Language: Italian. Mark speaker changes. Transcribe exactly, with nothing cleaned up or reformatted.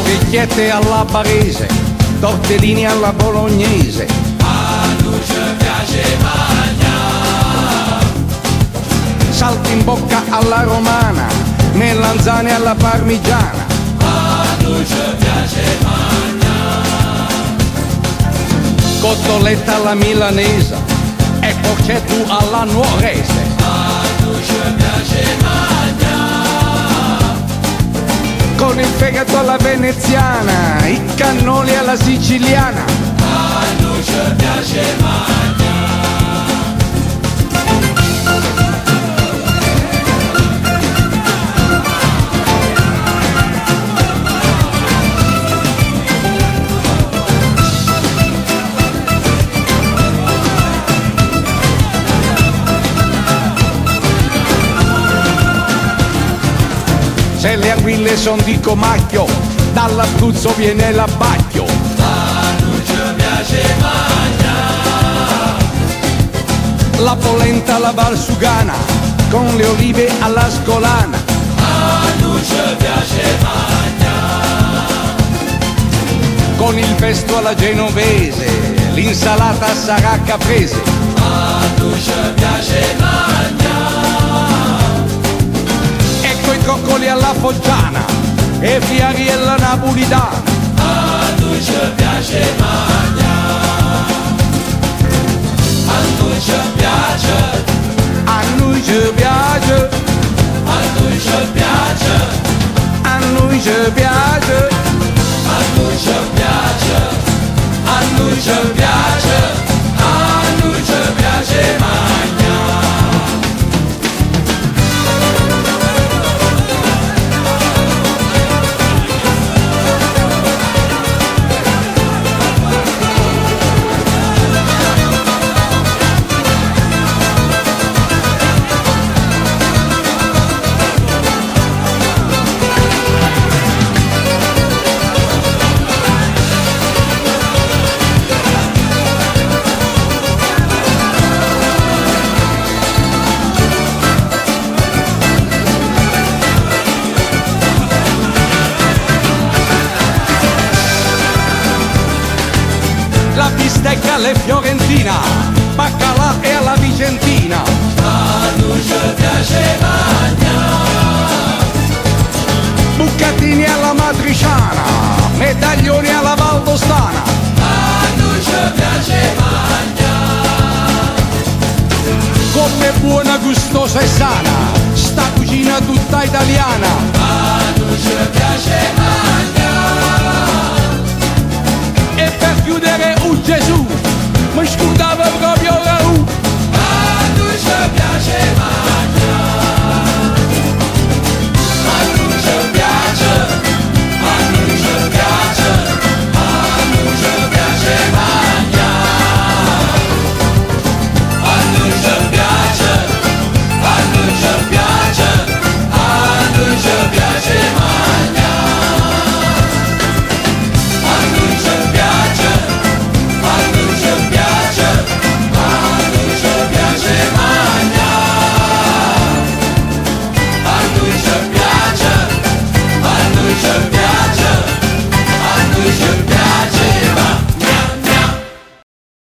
Speaker 1: Orecchiette alla barese, tortellini alla bolognese.
Speaker 2: A noi ci piace mangiare.
Speaker 1: Salti in bocca alla romana, melanzane alla parmigiana.
Speaker 2: A noi ci piace mangiare.
Speaker 1: Cotoletta alla milanese e porcetto alla nuorese.
Speaker 2: A noi ci piace mangiare.
Speaker 1: Con il fegato alla veneziana, i cannoli alla siciliana.
Speaker 2: A noi ci piace mangiare.
Speaker 1: Se le anguille son di Comacchio, dall'Abruzzo viene l'abbacchio.
Speaker 2: A noi ci piace mangiare.
Speaker 1: La polenta alla valsugana, con le olive alla scolana.
Speaker 2: A noi ci piace mangiare.
Speaker 1: Con il pesto alla genovese, l'insalata sarà caprese.
Speaker 2: A noi ci piace mangiare.
Speaker 1: I coccoli alla foggiana e fiari alla napolitana.
Speaker 2: A noi ci piace mangiare. A noi ci piace.
Speaker 1: A noi ci piace.
Speaker 2: A noi ci piace.
Speaker 1: A noi ci piace.
Speaker 2: A noi ci piace. A noi ci piace. A noi ci piace mangiare.
Speaker 1: La bistecca alle fiorentina, baccalà e alla vicentina.
Speaker 2: A noi ci piace mangiare.
Speaker 1: Bucatini alla matriciana, medaglioni alla valdostana.
Speaker 2: A noi ci piace mangiare.
Speaker 1: Come buona, gustosa e sana, sta cucina tutta italiana.
Speaker 2: A noi ci piace mangiare.